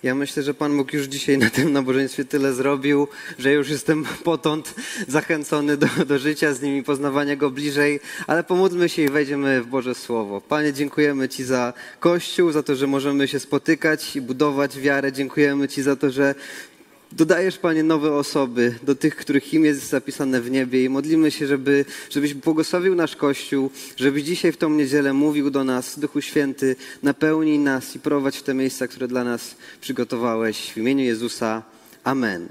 Ja myślę, że Pan Bóg już dzisiaj na tym nabożeństwie tyle zrobił, że już jestem potąd zachęcony do życia z nimi, poznawania Go bliżej, ale pomódlmy się i wejdziemy w Boże Słowo. Panie, dziękujemy Ci za Kościół, za to, że możemy się spotykać i budować wiarę. Dziękujemy Ci za to, że dodajesz, Panie, nowe osoby do tych, których imię jest zapisane w niebie i modlimy się, żebyś błogosławił nasz Kościół, żebyś dzisiaj w tą niedzielę mówił do nas, Duchu Święty, napełnij nas i prowadź w te miejsca, które dla nas przygotowałeś. W imieniu Jezusa. Amen.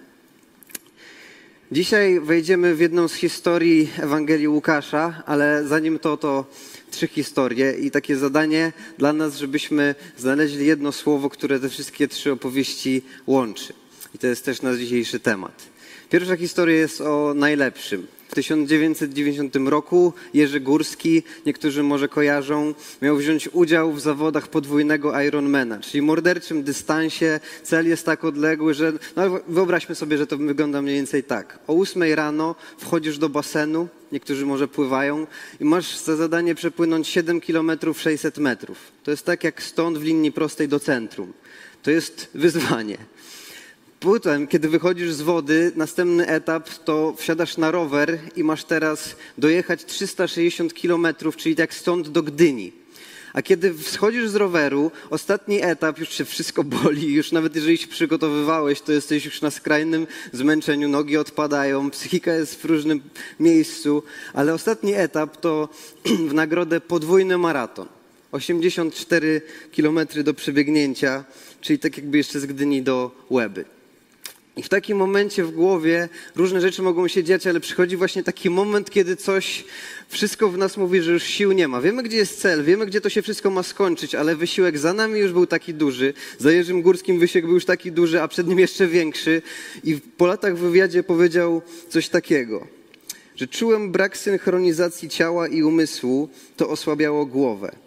Dzisiaj wejdziemy w jedną z historii Ewangelii Łukasza, ale zanim to 3 historie i takie zadanie dla nas, żebyśmy znaleźli jedno słowo, które te wszystkie 3 opowieści łączy. I to jest też nasz dzisiejszy temat. Pierwsza historia jest o najlepszym. W 1990 roku Jerzy Górski, niektórzy może kojarzą, miał wziąć udział w zawodach podwójnego Ironmana, czyli morderczym dystansie. Cel jest tak odległy, że wyobraźmy sobie, że to wygląda mniej więcej tak. O 8 rano wchodzisz do basenu, niektórzy może pływają i masz za zadanie przepłynąć 7 km 600 metrów. To jest tak jak stąd w linii prostej do centrum. To jest wyzwanie. Potem, kiedy wychodzisz z wody, następny etap to wsiadasz na rower i masz teraz dojechać 360 kilometrów, czyli tak stąd do Gdyni. A kiedy schodzisz z roweru, ostatni etap, już cię wszystko boli, już nawet jeżeli się przygotowywałeś, to jesteś już na skrajnym zmęczeniu, nogi odpadają, psychika jest w różnym miejscu, ale ostatni etap to w nagrodę podwójny maraton. 84 kilometry do przebiegnięcia, czyli tak jakby jeszcze z Gdyni do Łeby. I w takim momencie w głowie różne rzeczy mogą się dziać, ale przychodzi właśnie taki moment, kiedy wszystko w nas mówi, że już sił nie ma. Wiemy, gdzie jest cel, wiemy, gdzie to się wszystko ma skończyć, ale wysiłek za nami już był taki duży. Za Jerzym Górskim wysiłek był już taki duży, a przed nim jeszcze większy. I po latach w wywiadzie powiedział coś takiego, że czułem brak synchronizacji ciała i umysłu, to osłabiało głowę.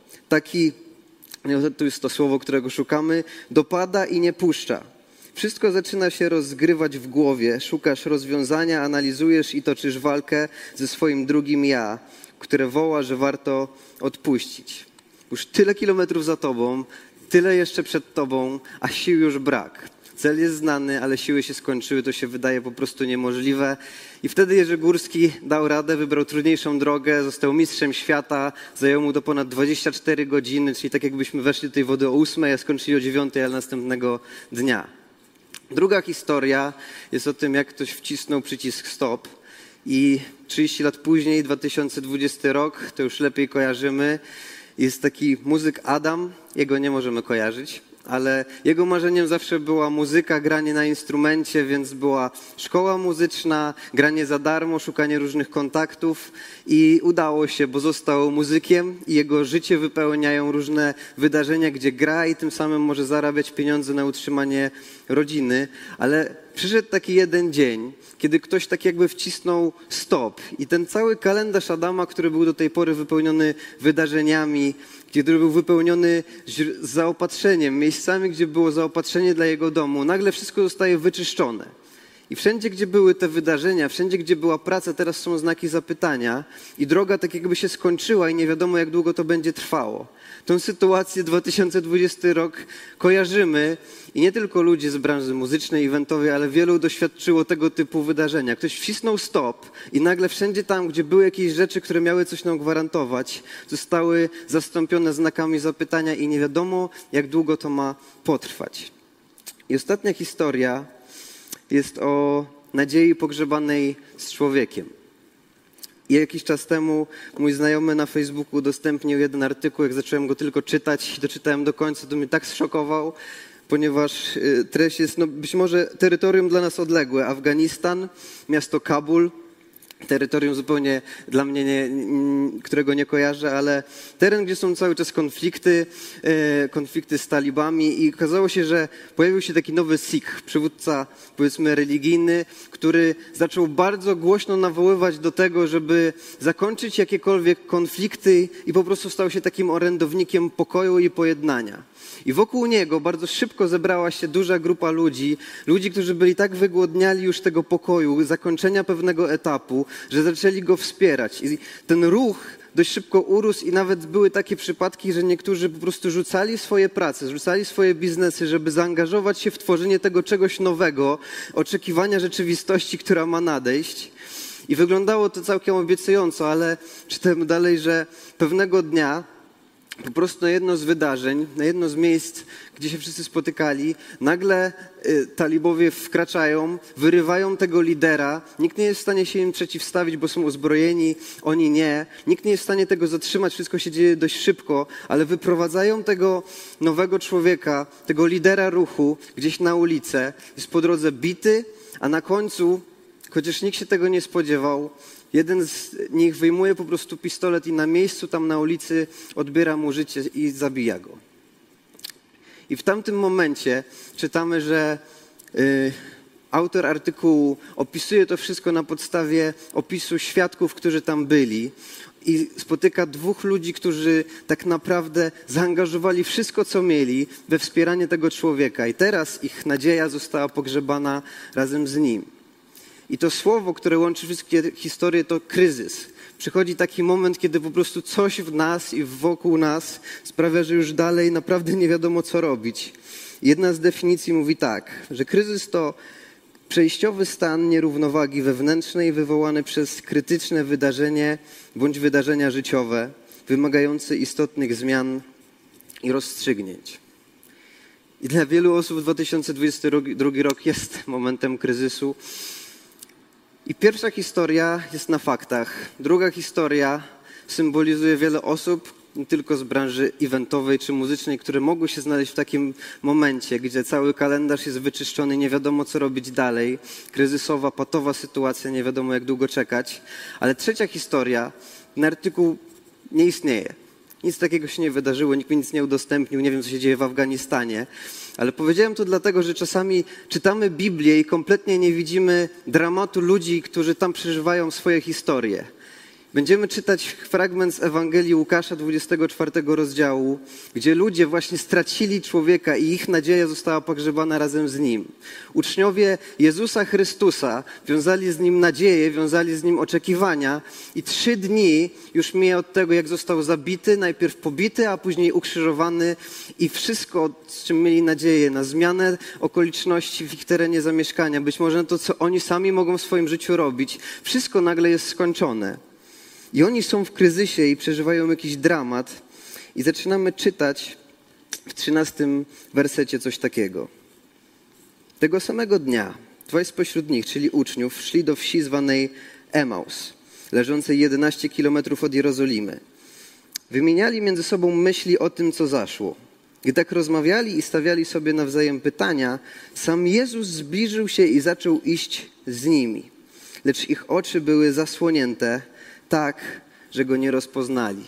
To jest to słowo, którego szukamy, dopada i nie puszcza. Wszystko zaczyna się rozgrywać w głowie, szukasz rozwiązania, analizujesz i toczysz walkę ze swoim drugim ja, które woła, że warto odpuścić. Już tyle kilometrów za tobą, tyle jeszcze przed tobą, a sił już brak. Cel jest znany, ale siły się skończyły, to się wydaje po prostu niemożliwe. I wtedy Jerzy Górski dał radę, wybrał trudniejszą drogę, został mistrzem świata, zajęło mu to ponad 24 godziny, czyli tak jakbyśmy weszli do tej wody o 8, a skończyli o 9, ale następnego dnia. Druga historia jest o tym, jak ktoś wcisnął przycisk stop i 30 lat później, 2020 rok, to już lepiej kojarzymy, jest taki muzyk Adam, jego nie możemy kojarzyć, ale jego marzeniem zawsze była muzyka, granie na instrumencie, więc była szkoła muzyczna, granie za darmo, szukanie różnych kontaktów i udało się, bo został muzykiem i jego życie wypełniają różne wydarzenia, gdzie gra i tym samym może zarabiać pieniądze na utrzymanie rodziny, ale przyszedł taki jeden dzień, kiedy ktoś tak jakby wcisnął stop i ten cały kalendarz Adama, który był do tej pory wypełniony wydarzeniami, który był wypełniony zaopatrzeniem, miejscami, gdzie było zaopatrzenie dla jego domu, nagle wszystko zostaje wyczyszczone. I wszędzie, gdzie były te wydarzenia, wszędzie, gdzie była praca, teraz są znaki zapytania i droga tak jakby się skończyła i nie wiadomo, jak długo to będzie trwało. Tę sytuację 2020 rok kojarzymy i nie tylko ludzie z branży muzycznej, eventowej, ale wielu doświadczyło tego typu wydarzenia. Ktoś wcisnął stop i nagle wszędzie tam, gdzie były jakieś rzeczy, które miały coś nam gwarantować, zostały zastąpione znakami zapytania i nie wiadomo, jak długo to ma potrwać. I ostatnia historia jest o nadziei pogrzebanej z człowiekiem. I jakiś czas temu mój znajomy na Facebooku udostępnił jeden artykuł, jak zacząłem go tylko czytać i doczytałem do końca, to mnie tak zszokował, ponieważ treść jest być może terytorium dla nas odległe. Afganistan, miasto Kabul, terytorium zupełnie dla mnie, którego nie kojarzę, ale teren, gdzie są cały czas konflikty z talibami i okazało się, że pojawił się taki nowy Sikh, przywódca powiedzmy religijny, który zaczął bardzo głośno nawoływać do tego, żeby zakończyć jakiekolwiek konflikty i po prostu stał się takim orędownikiem pokoju i pojednania. I wokół niego bardzo szybko zebrała się duża grupa ludzi, którzy byli tak wygłodniali już tego pokoju, zakończenia pewnego etapu, że zaczęli go wspierać. I ten ruch dość szybko urósł i nawet były takie przypadki, że niektórzy po prostu rzucali swoje prace, rzucali swoje biznesy, żeby zaangażować się w tworzenie tego czegoś nowego, oczekiwania rzeczywistości, która ma nadejść. I wyglądało to całkiem obiecująco, ale czytamy dalej, że pewnego dnia po prostu na jedno z wydarzeń, na jedno z miejsc, gdzie się wszyscy spotykali, nagle talibowie wkraczają, wyrywają tego lidera. Nikt nie jest w stanie się im przeciwstawić, bo są uzbrojeni, oni nie. Nikt nie jest w stanie tego zatrzymać, wszystko się dzieje dość szybko, ale wyprowadzają tego nowego człowieka, tego lidera ruchu gdzieś na ulicę. Jest po drodze bity, a na końcu, chociaż nikt się tego nie spodziewał, jeden z nich wyjmuje po prostu pistolet i na miejscu tam na ulicy odbiera mu życie i zabija go. I w tamtym momencie czytamy, że autor artykułu opisuje to wszystko na podstawie opisu świadków, którzy tam byli i spotyka dwóch ludzi, którzy tak naprawdę zaangażowali wszystko, co mieli we wspieranie tego człowieka i teraz ich nadzieja została pogrzebana razem z nim. I to słowo, które łączy wszystkie historie, to kryzys. Przychodzi taki moment, kiedy po prostu coś w nas i wokół nas sprawia, że już dalej naprawdę nie wiadomo, co robić. Jedna z definicji mówi tak, że kryzys to przejściowy stan nierównowagi wewnętrznej wywołany przez krytyczne wydarzenie bądź wydarzenia życiowe, wymagające istotnych zmian i rozstrzygnięć. I dla wielu osób 2022 rok jest momentem kryzysu. I pierwsza historia jest na faktach. Druga historia symbolizuje wiele osób, nie tylko z branży eventowej czy muzycznej, które mogły się znaleźć w takim momencie, gdzie cały kalendarz jest wyczyszczony, nie wiadomo co robić dalej. Kryzysowa, patowa sytuacja, nie wiadomo jak długo czekać. Ale trzecia historia, ten artykuł nie istnieje. Nic takiego się nie wydarzyło, nikt mi nic nie udostępnił, nie wiem co się dzieje w Afganistanie. Ale powiedziałem to dlatego, że czasami czytamy Biblię i kompletnie nie widzimy dramatu ludzi, którzy tam przeżywają swoje historie. Będziemy czytać fragment z Ewangelii Łukasza 24 rozdziału, gdzie ludzie właśnie stracili człowieka i ich nadzieja została pogrzebana razem z nim. Uczniowie Jezusa Chrystusa wiązali z nim nadzieję, wiązali z nim oczekiwania i 3 dni już mija od tego, jak został zabity, najpierw pobity, a później ukrzyżowany i wszystko, z czym mieli nadzieję, na zmianę okoliczności w ich terenie zamieszkania, być może na to, co oni sami mogą w swoim życiu robić, wszystko nagle jest skończone. I oni są w kryzysie i przeżywają jakiś dramat. I zaczynamy czytać w 13 wersecie coś takiego. Tego samego dnia 2 spośród nich, czyli uczniów, szli do wsi zwanej Emaus, leżącej 11 kilometrów od Jerozolimy. Wymieniali między sobą myśli o tym, co zaszło. Gdy tak rozmawiali i stawiali sobie nawzajem pytania, sam Jezus zbliżył się i zaczął iść z nimi. Lecz ich oczy były zasłonięte, tak, że go nie rozpoznali.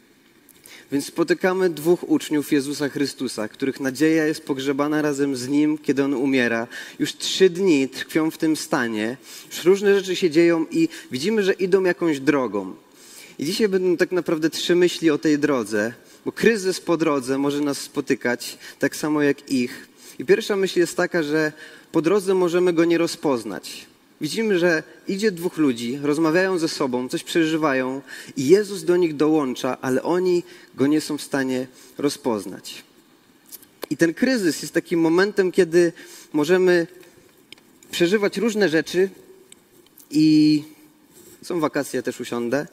Więc spotykamy 2 uczniów Jezusa Chrystusa, których nadzieja jest pogrzebana razem z Nim, kiedy On umiera. Już 3 dni tkwią w tym stanie, już różne rzeczy się dzieją i widzimy, że idą jakąś drogą. I dzisiaj będą tak naprawdę 3 myśli o tej drodze, bo kryzys po drodze może nas spotykać, tak samo jak ich. I pierwsza myśl jest taka, że po drodze możemy go nie rozpoznać. Widzimy, że idzie 2 ludzi, rozmawiają ze sobą, coś przeżywają i Jezus do nich dołącza, ale oni go nie są w stanie rozpoznać. I ten kryzys jest takim momentem, kiedy możemy przeżywać różne rzeczy i są wakacje, ja też usiądę.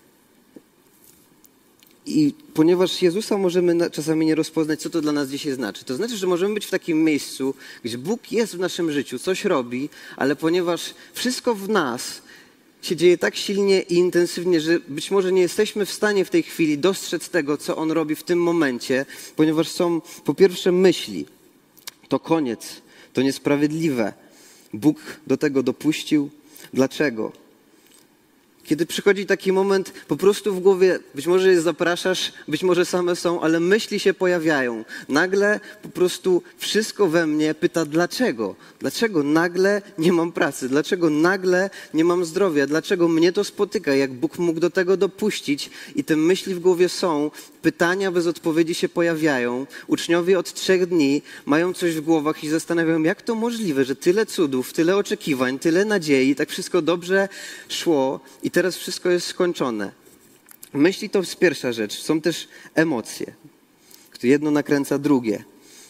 I ponieważ Jezusa możemy czasami nie rozpoznać, co to dla nas dzisiaj znaczy. To znaczy, że możemy być w takim miejscu, gdzie Bóg jest w naszym życiu, coś robi, ale ponieważ wszystko w nas się dzieje tak silnie i intensywnie, że być może nie jesteśmy w stanie w tej chwili dostrzec tego, co On robi w tym momencie, ponieważ są po pierwsze myśli. To koniec, to niesprawiedliwe. Bóg do tego dopuścił. Dlaczego? Kiedy przychodzi taki moment, po prostu w głowie, być może je zapraszasz, być może same są, ale myśli się pojawiają. Nagle po prostu wszystko we mnie pyta dlaczego? Dlaczego nagle nie mam pracy? Dlaczego nagle nie mam zdrowia? Dlaczego mnie to spotyka? Jak Bóg mógł do tego dopuścić? I te myśli w głowie są, pytania bez odpowiedzi się pojawiają. Uczniowie od 3 dni mają coś w głowach i zastanawiają, jak to możliwe, że tyle cudów, tyle oczekiwań, tyle nadziei, tak wszystko dobrze szło i teraz wszystko jest skończone. Myśli to jest pierwsza rzecz. Są też emocje. Jedno nakręca drugie.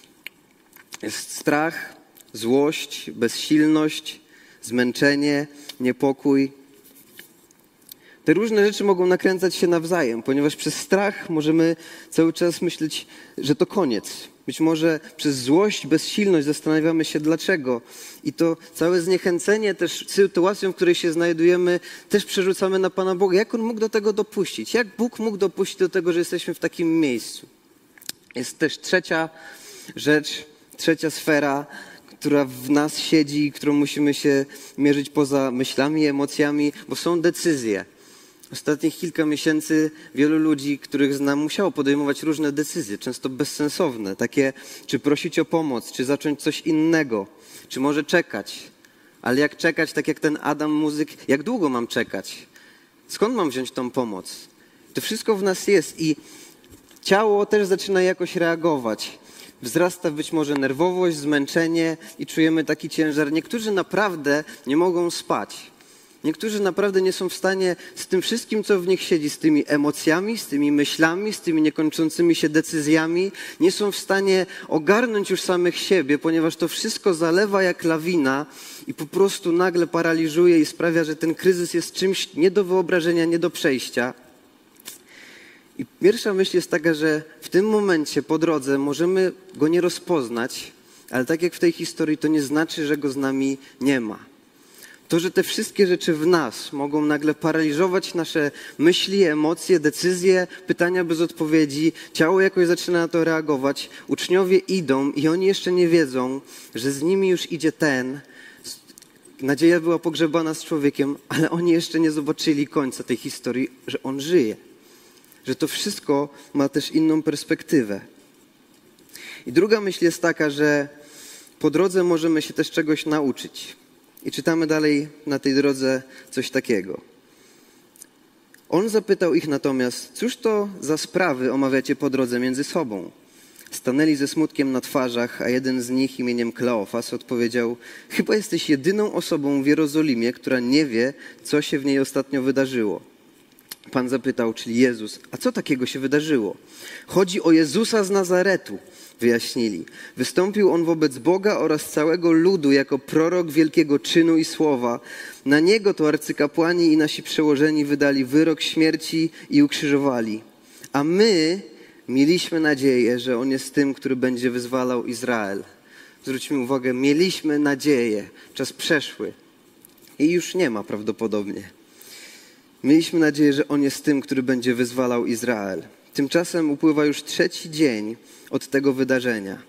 Jest strach, złość, bezsilność, zmęczenie, niepokój. Te różne rzeczy mogą nakręcać się nawzajem, ponieważ przez strach możemy cały czas myśleć, że to koniec. Być może przez złość, bezsilność zastanawiamy się dlaczego. I to całe zniechęcenie też sytuacją, w której się znajdujemy, też przerzucamy na Pana Boga. Jak On mógł do tego dopuścić? Jak Bóg mógł dopuścić do tego, że jesteśmy w takim miejscu? Jest też trzecia rzecz, trzecia sfera, która w nas siedzi, którą musimy się mierzyć poza myślami, emocjami, bo są decyzje. Ostatnich kilka miesięcy wielu ludzi, których znam, musiało podejmować różne decyzje, często bezsensowne, takie czy prosić o pomoc, czy zacząć coś innego, czy może czekać. Ale jak czekać, tak jak ten Adam muzyk, jak długo mam czekać? Skąd mam wziąć tą pomoc? To wszystko w nas jest i ciało też zaczyna jakoś reagować. Wzrasta być może nerwowość, zmęczenie i czujemy taki ciężar. Niektórzy naprawdę nie mogą spać. Niektórzy naprawdę nie są w stanie z tym wszystkim, co w nich siedzi, z tymi emocjami, z tymi myślami, z tymi niekończącymi się decyzjami, nie są w stanie ogarnąć już samych siebie, ponieważ to wszystko zalewa jak lawina i po prostu nagle paraliżuje i sprawia, że ten kryzys jest czymś nie do wyobrażenia, nie do przejścia. I pierwsza myśl jest taka, że w tym momencie po drodze możemy go nie rozpoznać, ale tak jak w tej historii, to nie znaczy, że go z nami nie ma. To, że te wszystkie rzeczy w nas mogą nagle paraliżować nasze myśli, emocje, decyzje, pytania bez odpowiedzi, ciało jakoś zaczyna na to reagować, uczniowie idą i oni jeszcze nie wiedzą, że z nimi już idzie ten. Nadzieja była pogrzebana z człowiekiem, ale oni jeszcze nie zobaczyli końca tej historii, że on żyje. Że to wszystko ma też inną perspektywę. I druga myśl jest taka, że po drodze możemy się też czegoś nauczyć. I czytamy dalej na tej drodze coś takiego. On zapytał ich natomiast, cóż to za sprawy omawiacie po drodze między sobą? Stanęli ze smutkiem na twarzach, a jeden z nich imieniem Kleofas odpowiedział, chyba jesteś jedyną osobą w Jerozolimie, która nie wie, co się w niej ostatnio wydarzyło. Pan zapytał, czyli Jezus, a co takiego się wydarzyło? Chodzi o Jezusa z Nazaretu, wyjaśnili. Wystąpił on wobec Boga oraz całego ludu jako prorok wielkiego czynu i słowa. Na niego to arcykapłani i nasi przełożeni wydali wyrok śmierci i ukrzyżowali. A my mieliśmy nadzieję, że on jest tym, który będzie wyzwalał Izrael. Zwróćmy uwagę, mieliśmy nadzieję. Czas przeszły i już nie ma prawdopodobnie. Mieliśmy nadzieję, że on jest tym, który będzie wyzwalał Izrael. Tymczasem upływa już 3. dzień od tego wydarzenia.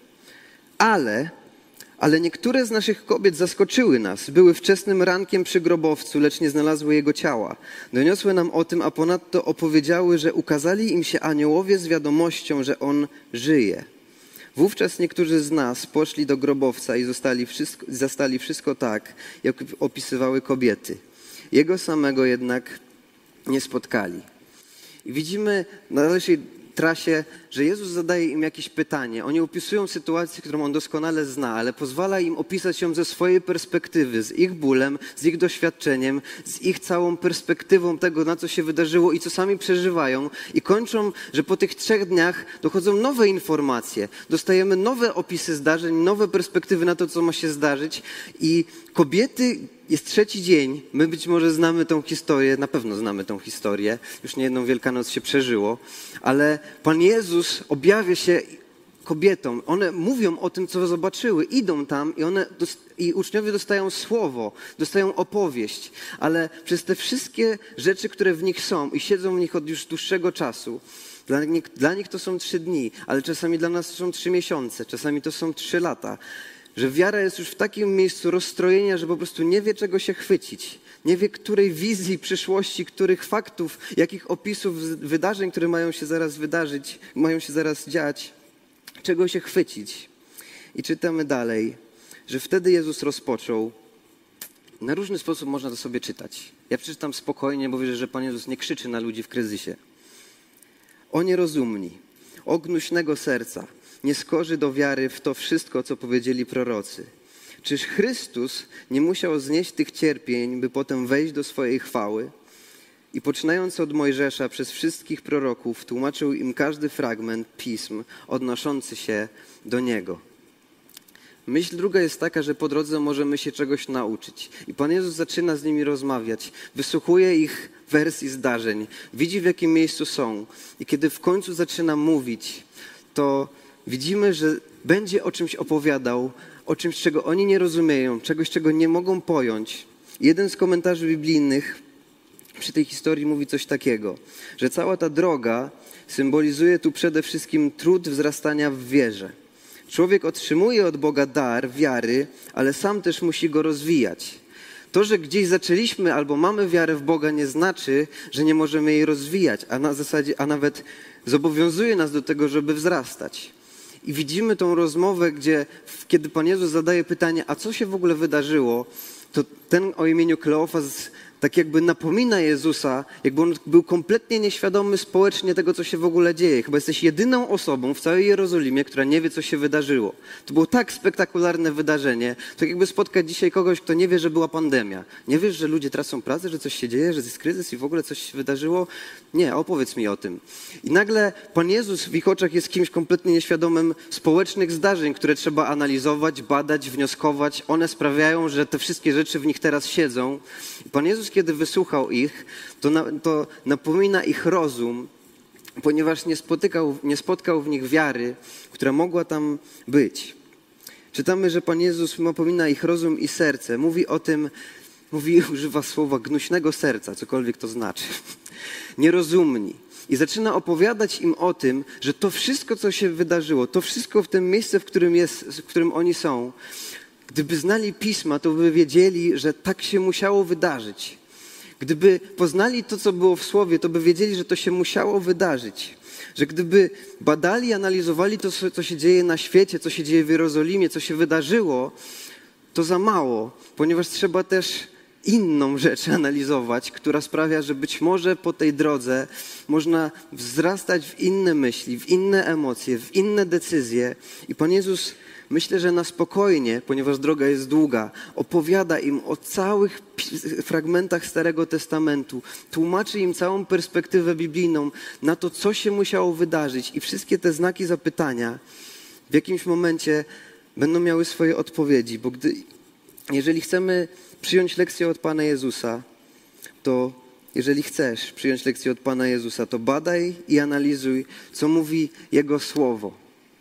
Ale niektóre z naszych kobiet zaskoczyły nas. Były wczesnym rankiem przy grobowcu, lecz nie znalazły jego ciała. Doniosły nam o tym, a ponadto opowiedziały, że ukazali im się aniołowie z wiadomością, że on żyje. Wówczas niektórzy z nas poszli do grobowca i zastali wszystko tak, jak opisywały kobiety. Jego samego jednak nie spotkali. I widzimy na dalszej trasie, że Jezus zadaje im jakieś pytanie. Oni opisują sytuację, którą on doskonale zna, ale pozwala im opisać ją ze swojej perspektywy, z ich bólem, z ich doświadczeniem, z ich całą perspektywą tego, na co się wydarzyło i co sami przeżywają. I kończą, że po tych 3 dniach dochodzą nowe informacje. Dostajemy nowe opisy zdarzeń, nowe perspektywy na to, co ma się zdarzyć. I kobiety... Jest 3. dzień, my być może znamy tą historię, na pewno znamy tą historię, już niejedną Wielkanoc się przeżyło, ale Pan Jezus objawia się kobietom, one mówią o tym, co zobaczyły, idą tam i uczniowie dostają słowo, dostają opowieść, ale przez te wszystkie rzeczy, które w nich są i siedzą w nich od już dłuższego czasu, dla nich to są 3 dni, ale czasami dla nas to są 3 miesiące, czasami to są 3 lata. Że wiara jest już w takim miejscu rozstrojenia, że po prostu nie wie, czego się chwycić. Nie wie, której wizji przyszłości, których faktów, jakich opisów wydarzeń, które mają się zaraz wydarzyć, mają się zaraz dziać, czego się chwycić. I czytamy dalej, że wtedy Jezus rozpoczął. Na różny sposób można to sobie czytać. Ja przeczytam spokojnie, bo wierzę, że Pan Jezus nie krzyczy na ludzi w kryzysie. O nierozumni, o gnuśnego serca, nie skorzy do wiary w to wszystko, co powiedzieli prorocy. Czyż Chrystus nie musiał znieść tych cierpień, by potem wejść do swojej chwały? I poczynając od Mojżesza przez wszystkich proroków tłumaczył im każdy fragment pism odnoszący się do niego. Myśl druga jest taka, że po drodze możemy się czegoś nauczyć. I Pan Jezus zaczyna z nimi rozmawiać, wysłuchuje ich wersji zdarzeń, widzi w jakim miejscu są. I kiedy w końcu zaczyna mówić, to widzimy, że będzie o czymś opowiadał, o czymś, czego oni nie rozumieją, czegoś, czego nie mogą pojąć. Jeden z komentarzy biblijnych przy tej historii mówi coś takiego, że cała ta droga symbolizuje tu przede wszystkim trud wzrastania w wierze. Człowiek otrzymuje od Boga dar wiary, ale sam też musi go rozwijać. To, że gdzieś zaczęliśmy albo mamy wiarę w Boga, nie znaczy, że nie możemy jej rozwijać, a nawet zobowiązuje nas do tego, żeby wzrastać. I widzimy tą rozmowę, kiedy Pan Jezus zadaje pytanie, a co się w ogóle wydarzyło, to ten o imieniu Kleofas tak jakby napomina Jezusa, jakby on był kompletnie nieświadomy społecznie tego, co się w ogóle dzieje. Chyba jesteś jedyną osobą w całej Jerozolimie, która nie wie, co się wydarzyło. To było tak spektakularne wydarzenie, to jakby spotkać dzisiaj kogoś, kto nie wie, że była pandemia. Nie wiesz, że ludzie tracą pracę, że coś się dzieje, że jest kryzys i w ogóle coś się wydarzyło? Nie, opowiedz mi o tym. I nagle Pan Jezus w ich oczach jest kimś kompletnie nieświadomym społecznych zdarzeń, które trzeba analizować, badać, wnioskować. One sprawiają, że te wszystkie rzeczy w nich teraz siedzą. I Pan Jezus, kiedy wysłuchał ich, to napomina ich rozum, ponieważ nie spotkał w nich wiary, która mogła tam być. Czytamy, że Pan Jezus napomina ich rozum i serce. Używa słowa gnuśnego serca, cokolwiek to znaczy. Nierozumni. I zaczyna opowiadać im o tym, że to wszystko, co się wydarzyło, to wszystko w tym miejscu, w którym oni są, gdyby znali Pisma, to by wiedzieli, że tak się musiało wydarzyć. Gdyby poznali to, co było w Słowie, to by wiedzieli, że to się musiało wydarzyć. Że gdyby badali, analizowali to, co się dzieje na świecie, co się dzieje w Jerozolimie, co się wydarzyło, to za mało, ponieważ trzeba też inną rzecz analizować, która sprawia, że być może po tej drodze można wzrastać w inne myśli, w inne emocje, w inne decyzje. I Pan Jezus, myślę, że na spokojnie, ponieważ droga jest długa, opowiada im o całych fragmentach Starego Testamentu, tłumaczy im całą perspektywę biblijną na to, co się musiało wydarzyć i wszystkie te znaki zapytania w jakimś momencie będą miały swoje odpowiedzi, bo jeżeli chcemy przyjąć lekcję od Pana Jezusa, to jeżeli chcesz przyjąć lekcję od Pana Jezusa, to badaj i analizuj, co mówi Jego Słowo.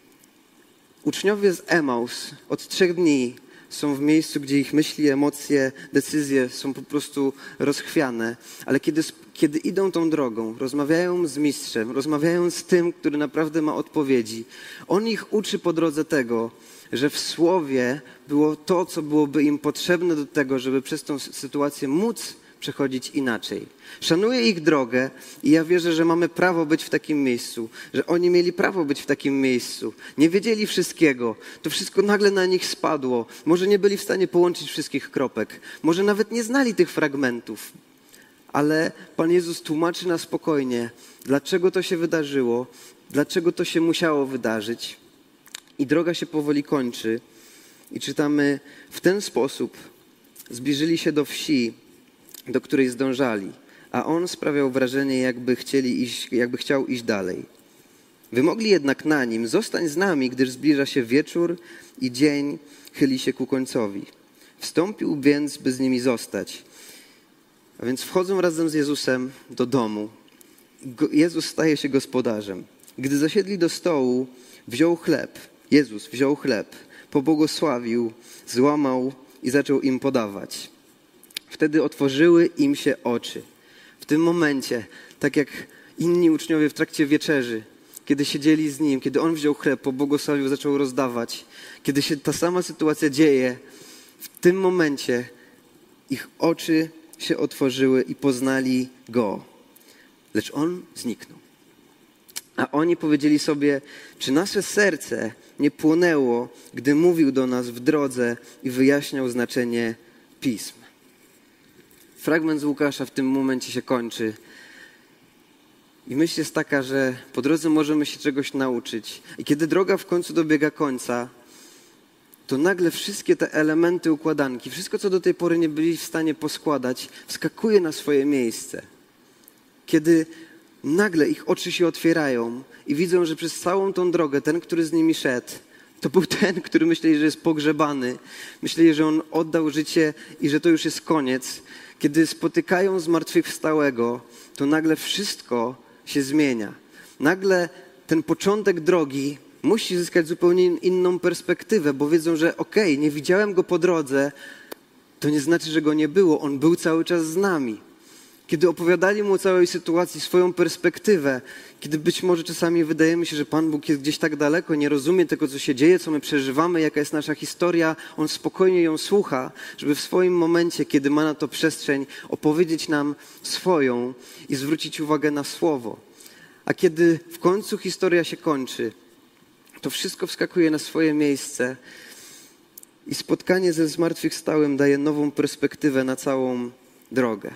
Uczniowie z Emaus od 3 dni są w miejscu, gdzie ich myśli, emocje, decyzje są po prostu rozchwiane, ale kiedy idą tą drogą, rozmawiają z mistrzem, rozmawiają z tym, który naprawdę ma odpowiedzi, on ich uczy po drodze tego, że w Słowie było to, co byłoby im potrzebne do tego, żeby przez tą sytuację móc przechodzić inaczej. Szanuję ich drogę i ja wierzę, że mamy prawo być w takim miejscu, że oni mieli prawo być w takim miejscu. Nie wiedzieli wszystkiego. To wszystko nagle na nich spadło. Może nie byli w stanie połączyć wszystkich kropek. Może nawet nie znali tych fragmentów. Ale Pan Jezus tłumaczy na spokojnie, dlaczego to się wydarzyło, dlaczego to się musiało wydarzyć. I droga się powoli kończy. I czytamy, w ten sposób zbliżyli się do wsi, do której zdążali, a on sprawiał wrażenie, jakby chciał iść dalej. Wymogli jednak na nim, zostań z nami, gdyż zbliża się wieczór i dzień chyli się ku końcowi. Wstąpił więc, by z nimi zostać. A więc wchodzą razem z Jezusem do domu. Jezus staje się gospodarzem. Gdy zasiedli do stołu, Jezus wziął chleb, pobłogosławił, złamał i zaczął im podawać. Wtedy otworzyły im się oczy. W tym momencie, tak jak inni uczniowie w trakcie wieczerzy, kiedy siedzieli z Nim, kiedy On wziął chleb, pobłogosławił, zaczął rozdawać, kiedy się ta sama sytuacja dzieje, w tym momencie ich oczy się otworzyły i poznali Go. Lecz On zniknął. A oni powiedzieli sobie, czy nasze serce nie płonęło, gdy mówił do nas w drodze i wyjaśniał znaczenie Pism. Fragment z Łukasza w tym momencie się kończy. I myśl jest taka, że po drodze możemy się czegoś nauczyć. I kiedy droga w końcu dobiega końca, to nagle wszystkie te elementy układanki, wszystko, co do tej pory nie byli w stanie poskładać, wskakuje na swoje miejsce. kiedy nagle ich oczy się otwierają i widzą, że przez całą tą drogę ten, który z nimi szedł, to był ten, który myśleli, że jest pogrzebany. Myśleli, że on oddał życie i że to już jest koniec. Kiedy spotykają zmartwychwstałego, to nagle wszystko się zmienia. Nagle ten początek drogi musi zyskać zupełnie inną perspektywę, bo wiedzą, że nie widziałem go po drodze, to nie znaczy, że go nie było. On był cały czas z nami. Kiedy opowiadali mu o całej sytuacji, swoją perspektywę, kiedy być może czasami wydaje mi się, że Pan Bóg jest gdzieś tak daleko, nie rozumie tego, co się dzieje, co my przeżywamy, jaka jest nasza historia, On spokojnie ją słucha, żeby w swoim momencie, kiedy ma na to przestrzeń, opowiedzieć nam swoją i zwrócić uwagę na słowo. A kiedy w końcu historia się kończy, to wszystko wskakuje na swoje miejsce i spotkanie ze zmartwychwstałym daje nową perspektywę na całą drogę.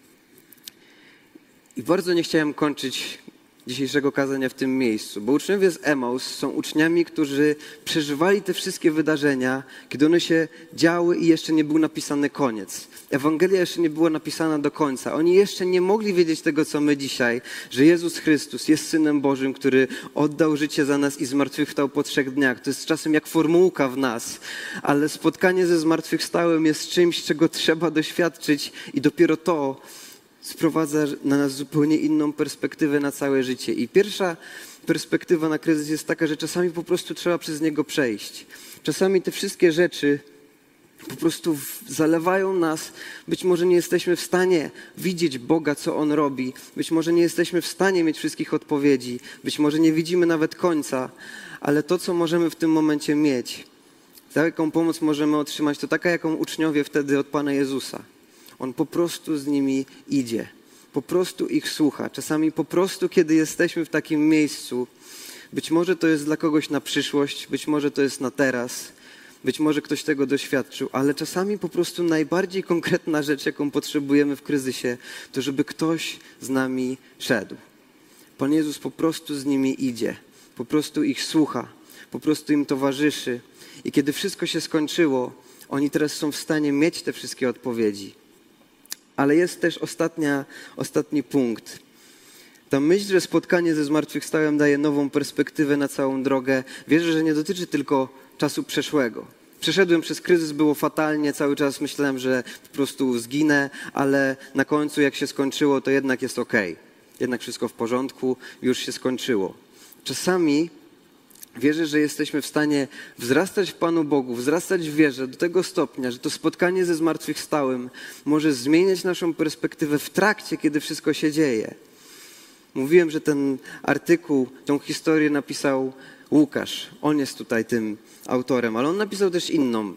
I bardzo nie chciałem kończyć dzisiejszego kazania w tym miejscu, bo uczniowie z Emaus są uczniami, którzy przeżywali te wszystkie wydarzenia, kiedy one się działy i jeszcze nie był napisany koniec. Ewangelia jeszcze nie była napisana do końca. Oni jeszcze nie mogli wiedzieć tego, co my dzisiaj, że Jezus Chrystus jest Synem Bożym, który oddał życie za nas i zmartwychwstał po 3 dniach. To jest czasem jak formułka w nas, ale spotkanie ze zmartwychwstałym jest czymś, czego trzeba doświadczyć i dopiero to sprowadza na nas zupełnie inną perspektywę na całe życie. I pierwsza perspektywa na kryzys jest taka, że czasami po prostu trzeba przez niego przejść. Czasami te wszystkie rzeczy po prostu zalewają nas. Być może nie jesteśmy w stanie widzieć Boga, co On robi. Być może nie jesteśmy w stanie mieć wszystkich odpowiedzi. Być może nie widzimy nawet końca. Ale to, co możemy w tym momencie mieć, jaką pomoc możemy otrzymać, to taka, jaką uczniowie wtedy od Pana Jezusa. On po prostu z nimi idzie, po prostu ich słucha. Czasami po prostu, kiedy jesteśmy w takim miejscu, być może to jest dla kogoś na przyszłość, być może to jest na teraz, być może ktoś tego doświadczył, ale czasami po prostu najbardziej konkretna rzecz, jaką potrzebujemy w kryzysie, to żeby ktoś z nami szedł. Pan Jezus po prostu z nimi idzie, po prostu ich słucha, po prostu im towarzyszy. I kiedy wszystko się skończyło, oni teraz są w stanie mieć te wszystkie odpowiedzi. Ale jest też ostatni punkt. Ta myśl, że spotkanie ze zmartwychwstałym daje nową perspektywę na całą drogę, wierzę, że nie dotyczy tylko czasu przeszłego. Przeszedłem przez kryzys, było fatalnie, cały czas myślałem, że po prostu zginę, ale na końcu jak się skończyło, to jednak jest okej. Jednak wszystko w porządku, już się skończyło. Czasami wierzę, że jesteśmy w stanie wzrastać w Panu Bogu, wzrastać w wierze do tego stopnia, że to spotkanie ze zmartwychwstałym może zmieniać naszą perspektywę w trakcie, kiedy wszystko się dzieje. Mówiłem, że ten artykuł, tą historię napisał Łukasz. On jest tutaj tym autorem, ale on napisał też inną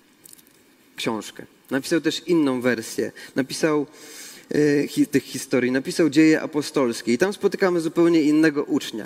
książkę. Napisał też inną wersję. Napisał tych historii. Napisał Dzieje apostolskie i tam spotykamy zupełnie innego ucznia.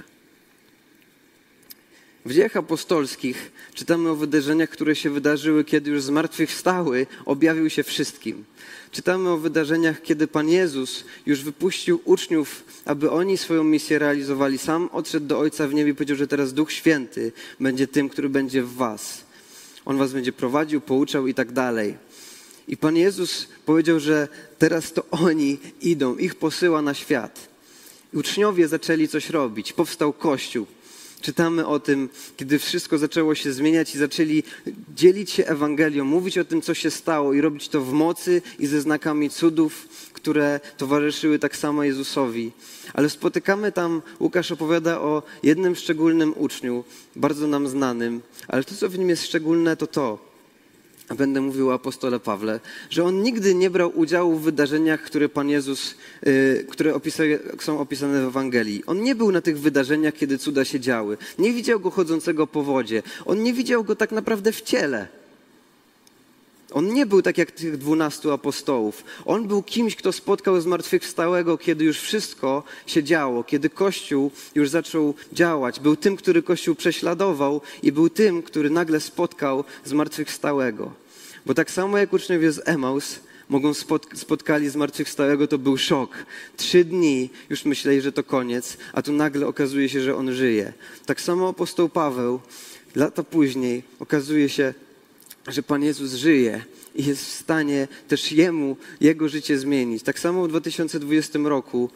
W Dziejach apostolskich czytamy o wydarzeniach, które się wydarzyły, kiedy już zmartwychwstały, objawił się wszystkim. Czytamy o wydarzeniach, kiedy Pan Jezus już wypuścił uczniów, aby oni swoją misję realizowali. Sam odszedł do Ojca w niebie i powiedział, że teraz Duch Święty będzie tym, który będzie w was. On was będzie prowadził, pouczał i tak dalej. I Pan Jezus powiedział, że teraz to oni idą, ich posyła na świat. I uczniowie zaczęli coś robić. Powstał Kościół. Czytamy o tym, kiedy wszystko zaczęło się zmieniać i zaczęli dzielić się Ewangelią, mówić o tym, co się stało i robić to w mocy i ze znakami cudów, które towarzyszyły tak samo Jezusowi. Ale spotykamy tam, Łukasz opowiada o jednym szczególnym uczniu, bardzo nam znanym, ale to, co w nim jest szczególne, to, a będę mówił o apostole Pawle, że on nigdy nie brał udziału w wydarzeniach, które Pan Jezus, które są opisane w Ewangelii. On nie był na tych wydarzeniach, kiedy cuda się działy. Nie widział go chodzącego po wodzie. On nie widział go tak naprawdę w ciele. On nie był tak jak tych 12 apostołów. On był kimś, kto spotkał zmartwychwstałego, kiedy już wszystko się działo, kiedy Kościół już zaczął działać. Był tym, który Kościół prześladował i był tym, który nagle spotkał zmartwychwstałego. Bo tak samo jak uczniowie z Emaus spotkali zmartwychwstałego, to był szok. 3 dni już myśleli, że to koniec, a tu nagle okazuje się, że on żyje. Tak samo apostoł Paweł, lata później, okazuje się, że Pan Jezus żyje i jest w stanie też jego życie zmienić. Tak samo w 2020 roku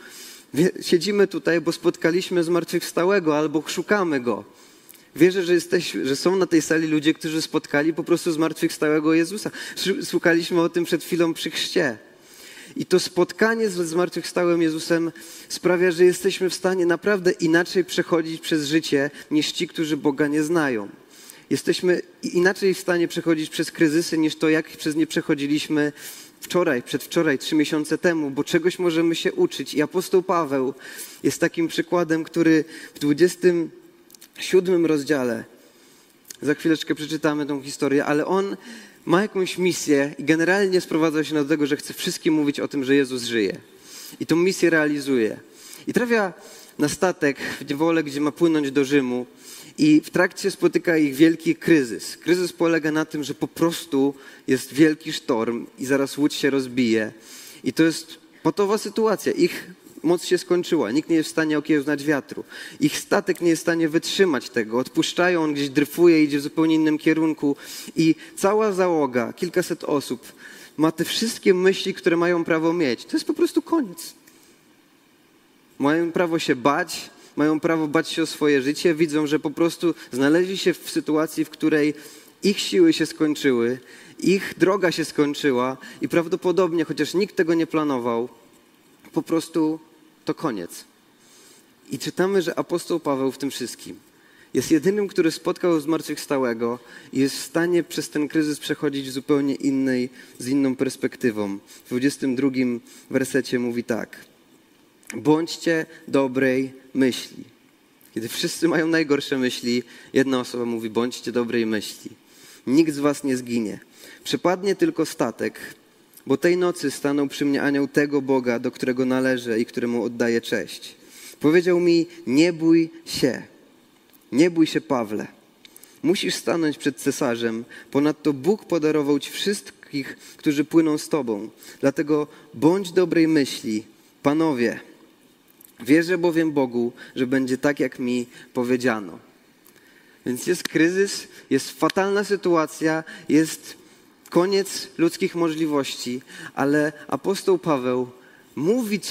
Siedzimy tutaj, bo spotkaliśmy zmartwychwstałego albo szukamy Go. Wierzę, że są na tej sali ludzie, którzy spotkali po prostu zmartwychwstałego Jezusa. Słuchaliśmy o tym przed chwilą przy chrzcie. I to spotkanie z zmartwychwstałym Jezusem sprawia, że jesteśmy w stanie naprawdę inaczej przechodzić przez życie niż ci, którzy Boga nie znają. Jesteśmy inaczej w stanie przechodzić przez kryzysy niż to, jak przez nie przechodziliśmy przedwczoraj, 3 miesiące temu, bo czegoś możemy się uczyć. I apostoł Paweł jest takim przykładem, który w 27 rozdziale, za chwileczkę przeczytamy tą historię, ale on ma jakąś misję i generalnie sprowadza się do tego, że chce wszystkim mówić o tym, że Jezus żyje. I tą misję realizuje. I trafia na statek w niewolę, gdzie ma płynąć do Rzymu i w trakcie spotyka ich wielki kryzys. Kryzys polega na tym, że po prostu jest wielki sztorm i zaraz łódź się rozbije. I to jest patowa sytuacja. Ich moc się skończyła. Nikt nie jest w stanie okiełznać wiatru. Ich statek nie jest w stanie wytrzymać tego. Odpuszczają, on gdzieś dryfuje, idzie w zupełnie innym kierunku. I cała załoga, kilkaset osób, ma te wszystkie myśli, które mają prawo mieć. To jest po prostu koniec. Mają prawo się bać, mają prawo bać się o swoje życie. Widzą, że po prostu znaleźli się w sytuacji, w której ich siły się skończyły, ich droga się skończyła i prawdopodobnie, chociaż nikt tego nie planował, po prostu to koniec. I czytamy, że apostoł Paweł w tym wszystkim jest jedynym, który spotkał zmartwychwstałego i jest w stanie przez ten kryzys przechodzić w zupełnie z inną perspektywą. W 22 wersecie mówi tak. Bądźcie dobrej myśli. Kiedy wszyscy mają najgorsze myśli, jedna osoba mówi, bądźcie dobrej myśli. Nikt z was nie zginie. Przepadnie tylko statek, bo tej nocy stanął przy mnie anioł tego Boga, do którego należę i któremu oddaję cześć. Powiedział mi, nie bój się, Pawle. Musisz stanąć przed cesarzem. Ponadto Bóg podarował ci wszystkich, którzy płyną z tobą. Dlatego bądź dobrej myśli, panowie. Wierzę bowiem Bogu, że będzie tak, jak mi powiedziano. Więc jest kryzys, jest fatalna sytuacja, jest koniec ludzkich możliwości, ale apostoł Paweł mówi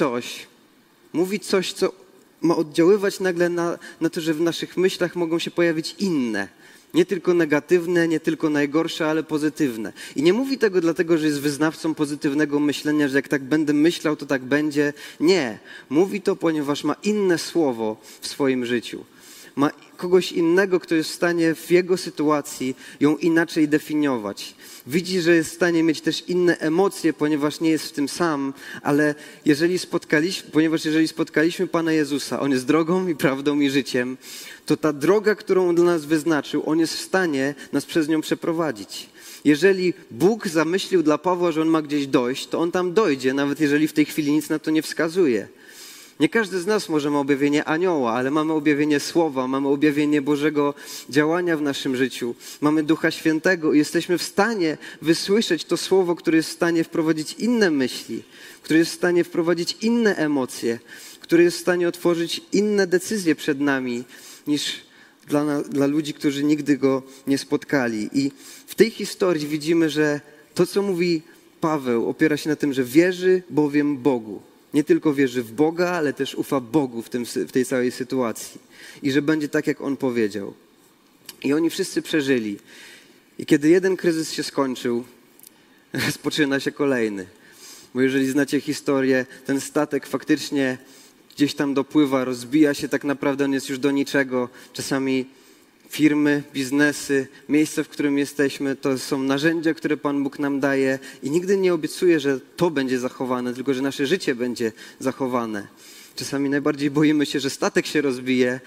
coś, co ma oddziaływać nagle na to, że w naszych myślach mogą się pojawić inne. Nie tylko negatywne, nie tylko najgorsze, ale pozytywne. I nie mówi tego dlatego, że jest wyznawcą pozytywnego myślenia, że jak tak będę myślał, to tak będzie. Nie. Mówi to, ponieważ ma inne słowo w swoim życiu. Ma kogoś innego, kto jest w stanie w jego sytuacji ją inaczej definiować. Widzi, że jest w stanie mieć też inne emocje, ponieważ nie jest w tym sam, ale jeżeli spotkaliśmy Pana Jezusa, On jest drogą i prawdą i życiem, to ta droga, którą dla nas wyznaczył, On jest w stanie nas przez nią przeprowadzić. Jeżeli Bóg zamyślił dla Pawła, że on ma gdzieś dojść, to on tam dojdzie, nawet jeżeli w tej chwili nic na to nie wskazuje. Nie każdy z nas może ma objawienie anioła, ale mamy objawienie Słowa, mamy objawienie Bożego działania w naszym życiu. Mamy Ducha Świętego i jesteśmy w stanie wysłyszeć to Słowo, które jest w stanie wprowadzić inne myśli, które jest w stanie wprowadzić inne emocje, które jest w stanie otworzyć inne decyzje przed nami niż dla ludzi, którzy nigdy Go nie spotkali. I w tej historii widzimy, że to, co mówi Paweł, opiera się na tym, że wierzy bowiem Bogu. Nie tylko wierzy w Boga, ale też ufa Bogu w tej całej sytuacji. I że będzie tak, jak On powiedział. I oni wszyscy przeżyli. I kiedy jeden kryzys się skończył, rozpoczyna się kolejny. Bo jeżeli znacie historię, ten statek faktycznie gdzieś tam dopływa, rozbija się, tak naprawdę on jest już do niczego. Czasami firmy, biznesy, miejsce, w którym jesteśmy, to są narzędzia, które Pan Bóg nam daje i nigdy nie obiecuje, że to będzie zachowane, tylko że nasze życie będzie zachowane. Czasami najbardziej boimy się, że statek się rozbije,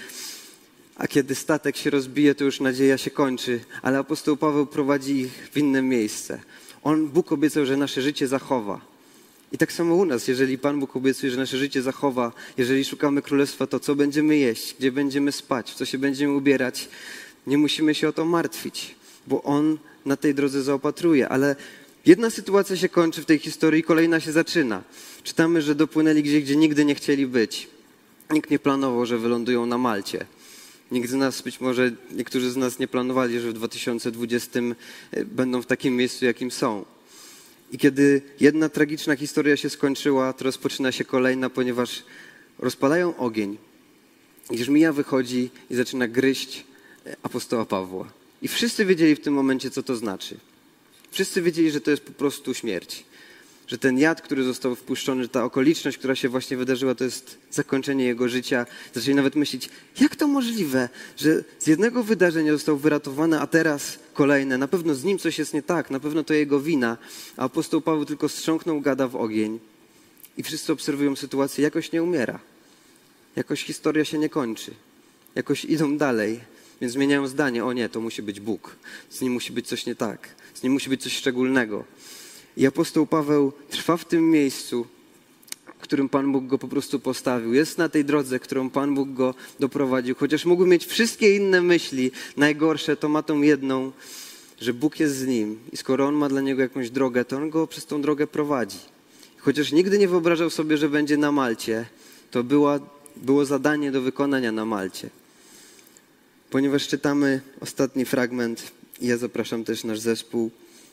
a kiedy statek się rozbije, to już nadzieja się kończy, ale apostoł Paweł prowadzi ich w inne miejsce. Bóg obiecał, że nasze życie zachowa. I tak samo u nas, jeżeli Pan Bóg obiecuje, że nasze życie zachowa, jeżeli szukamy Królestwa, to co będziemy jeść, gdzie będziemy spać, w co się będziemy ubierać, nie musimy się o to martwić, bo On na tej drodze zaopatruje. Ale jedna sytuacja się kończy w tej historii, kolejna się zaczyna. Czytamy, że dopłynęli gdzie nigdy nie chcieli być. Nikt nie planował, że wylądują na Malcie. Nikt z nas, być może niektórzy z nas nie planowali, że w 2020 będą w takim miejscu, jakim są. I kiedy jedna tragiczna historia się skończyła, to rozpoczyna się kolejna, ponieważ rozpalają ogień i żmija wychodzi i zaczyna gryźć apostoła Pawła. I wszyscy wiedzieli w tym momencie, co to znaczy. Wszyscy wiedzieli, że to jest po prostu śmierć. Że ten jad, który został wpuszczony, ta okoliczność, która się właśnie wydarzyła, to jest zakończenie jego życia. Zaczęli nawet myśleć, jak to możliwe, że z jednego wydarzenia został wyratowany, a teraz kolejne. Na pewno z nim coś jest nie tak, na pewno to jego wina. A apostoł Paweł tylko strząknął gada w ogień i wszyscy obserwują sytuację, jakoś nie umiera. Jakoś historia się nie kończy. Jakoś idą dalej, więc zmieniają zdanie. O nie, to musi być Bóg. Z nim musi być coś nie tak. Z nim musi być coś szczególnego. I apostoł Paweł trwa w tym miejscu, w którym Pan Bóg go po prostu postawił. Jest na tej drodze, którą Pan Bóg go doprowadził. Chociaż mógł mieć wszystkie inne myśli, najgorsze, to ma tą jedną, że Bóg jest z nim. I skoro On ma dla niego jakąś drogę, to On go przez tą drogę prowadzi. Chociaż nigdy nie wyobrażał sobie, że będzie na Malcie, to było zadanie do wykonania na Malcie. Ponieważ czytamy ostatni fragment, i ja zapraszam też nasz zespół.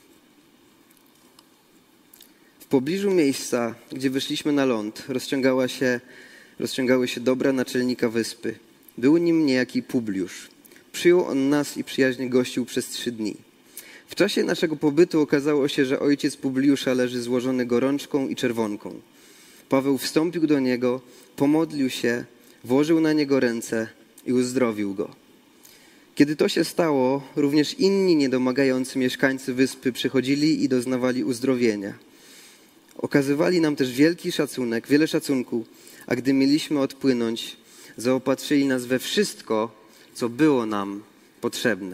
W pobliżu miejsca, gdzie wyszliśmy na ląd, rozciągały się dobra naczelnika wyspy. Był nim niejaki Publiusz. Przyjął on nas i przyjaźnie gościł przez 3 dni. W czasie naszego pobytu okazało się, że ojciec Publiusza leży złożony gorączką i czerwonką. Paweł wstąpił do niego, pomodlił się, włożył na niego ręce i uzdrowił go. Kiedy to się stało, również inni niedomagający mieszkańcy wyspy przychodzili i doznawali uzdrowienia. Okazywali nam też wiele szacunku, a gdy mieliśmy odpłynąć, zaopatrzyli nas we wszystko, co było nam potrzebne.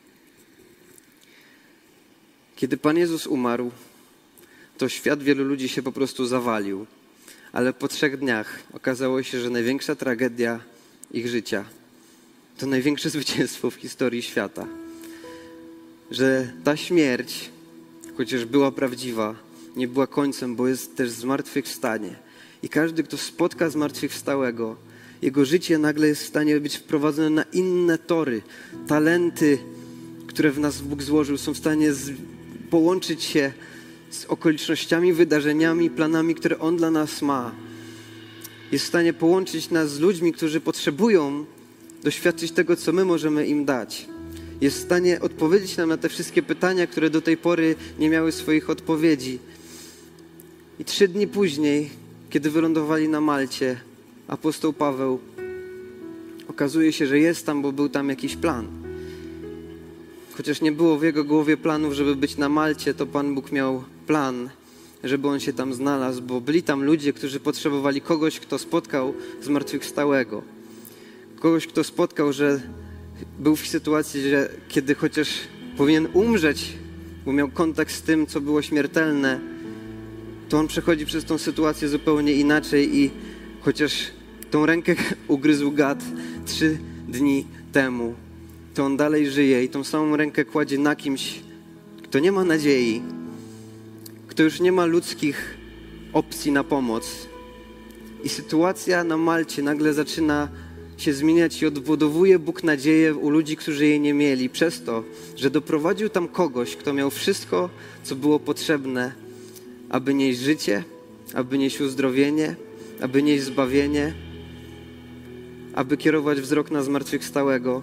Kiedy Pan Jezus umarł, to świat wielu ludzi się po prostu zawalił. Ale po 3 dniach okazało się, że największa tragedia ich życia to największe zwycięstwo w historii świata. Że ta śmierć, chociaż była prawdziwa, nie była końcem, bo jest też zmartwychwstanie. I każdy, kto spotka zmartwychwstałego, jego życie nagle jest w stanie być wprowadzone na inne tory. Talenty, które w nas Bóg złożył, są w stanie połączyć się z okolicznościami, wydarzeniami, planami, które On dla nas ma. Jest w stanie połączyć nas z ludźmi, którzy potrzebują doświadczyć tego, co my możemy im dać. Jest w stanie odpowiedzieć nam na te wszystkie pytania, które do tej pory nie miały swoich odpowiedzi. I 3 dni później, kiedy wylądowali na Malcie, apostoł Paweł okazuje się, że jest tam, bo był tam jakiś plan. Chociaż nie było w jego głowie planów, żeby być na Malcie, to Pan Bóg miał plan, żeby on się tam znalazł, bo byli tam ludzie, którzy potrzebowali kogoś, kto spotkał zmartwychwstałego. Kogoś, kto spotkał, że był w sytuacji, że kiedy chociaż powinien umrzeć, bo miał kontakt z tym, co było śmiertelne, to on przechodzi przez tą sytuację zupełnie inaczej i chociaż tą rękę ugryzł gad 3 dni temu, to on dalej żyje i tą samą rękę kładzie na kimś, kto nie ma nadziei, kto już nie ma ludzkich opcji na pomoc. I sytuacja na Malcie nagle zaczyna się zmieniać i odbudowuje Bóg nadzieję u ludzi, którzy jej nie mieli, przez to, że doprowadził tam kogoś, kto miał wszystko, co było potrzebne, aby nieść życie, aby nieść uzdrowienie, aby nieść zbawienie, aby kierować wzrok na zmartwychwstałego.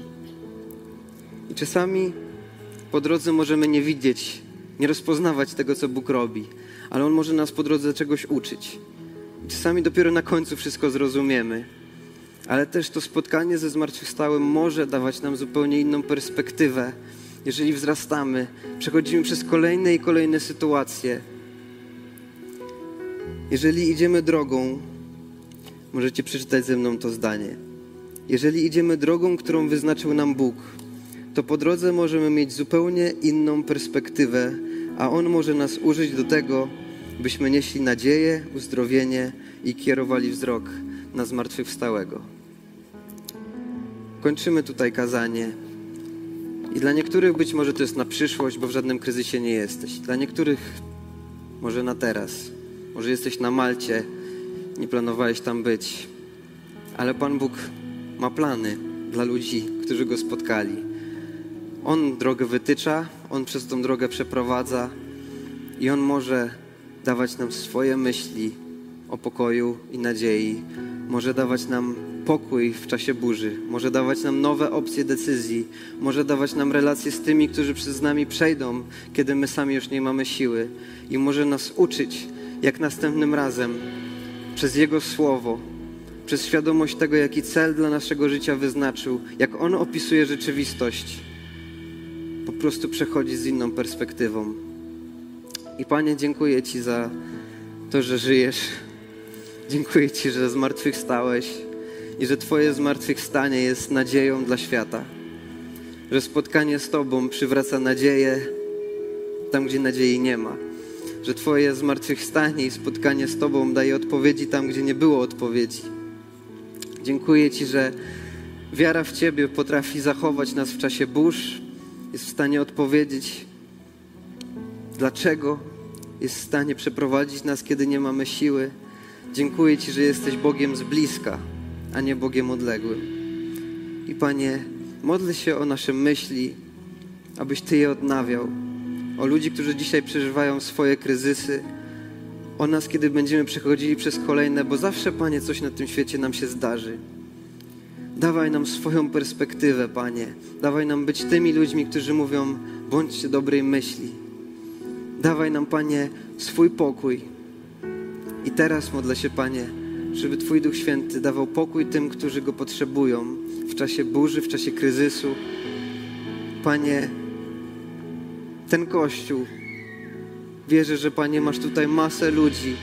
I czasami po drodze możemy nie widzieć, nie rozpoznawać tego, co Bóg robi, ale On może nas po drodze czegoś uczyć. I czasami dopiero na końcu wszystko zrozumiemy. Ale też to spotkanie ze zmartwychwstałym może dawać nam zupełnie inną perspektywę. Jeżeli wzrastamy, przechodzimy przez kolejne i kolejne sytuacje. Jeżeli idziemy drogą, możecie przeczytać ze mną to zdanie. Jeżeli idziemy drogą, którą wyznaczył nam Bóg, to po drodze możemy mieć zupełnie inną perspektywę, a On może nas użyć do tego, byśmy nieśli nadzieję, uzdrowienie i kierowali wzrok na zmartwychwstałego. Kończymy tutaj kazanie. I dla niektórych być może to jest na przyszłość, bo w żadnym kryzysie nie jesteś. Dla niektórych może na teraz. Może jesteś na Malcie, nie planowałeś tam być. Ale Pan Bóg ma plany dla ludzi, którzy Go spotkali. On drogę wytycza, On przez tą drogę przeprowadza i On może dawać nam swoje myśli o pokoju i nadziei. Może dawać nam pokój w czasie burzy. Może dawać nam nowe opcje decyzji. Może dawać nam relacje z tymi, którzy przez nami przejdą, kiedy my sami już nie mamy siły. I może nas uczyć, jak następnym razem przez Jego Słowo, przez świadomość tego, jaki cel dla naszego życia wyznaczył, jak On opisuje rzeczywistość, po prostu przechodzi z inną perspektywą. I Panie, dziękuję Ci za to, że żyjesz. Dziękuję Ci, że zmartwychwstałeś i że Twoje zmartwychwstanie jest nadzieją dla świata. Że spotkanie z Tobą przywraca nadzieję tam, gdzie nadziei nie ma. Że Twoje zmartwychwstanie i spotkanie z Tobą daje odpowiedzi tam, gdzie nie było odpowiedzi. Dziękuję Ci, że wiara w Ciebie potrafi zachować nas w czasie burz, jest w stanie odpowiedzieć, dlaczego, jest w stanie przeprowadzić nas, kiedy nie mamy siły. Dziękuję Ci, że jesteś Bogiem z bliska, a nie Bogiem odległym. I Panie, modlę się o nasze myśli, abyś Ty je odnawiał. O ludzi, którzy dzisiaj przeżywają swoje kryzysy. O nas, kiedy będziemy przechodzili przez kolejne, bo zawsze, Panie, coś na tym świecie nam się zdarzy. Dawaj nam swoją perspektywę, Panie. Dawaj nam być tymi ludźmi, którzy mówią, bądźcie dobrej myśli. Dawaj nam, Panie, swój pokój. I teraz modlę się, Panie, żeby Twój Duch Święty dawał pokój tym, którzy Go potrzebują w czasie burzy, w czasie kryzysu. Panie, ten Kościół, wierzę, że, Panie, masz tutaj masę ludzi,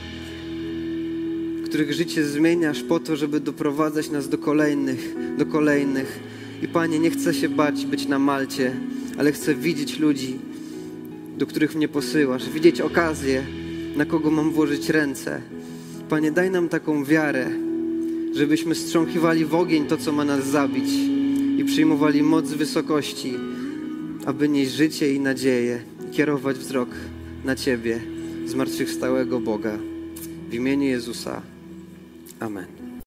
których życie zmieniasz po to, żeby doprowadzać nas do kolejnych. I Panie, nie chcę się bać być na Malcie, ale chcę widzieć ludzi, do których mnie posyłasz, widzieć okazję, na kogo mam włożyć ręce. Panie, daj nam taką wiarę, żebyśmy strząchiwali w ogień to, co ma nas zabić i przyjmowali moc z wysokości, aby nieść życie i nadzieję i kierować wzrok na Ciebie, zmartwychwstałego Boga. W imieniu Jezusa. Amen.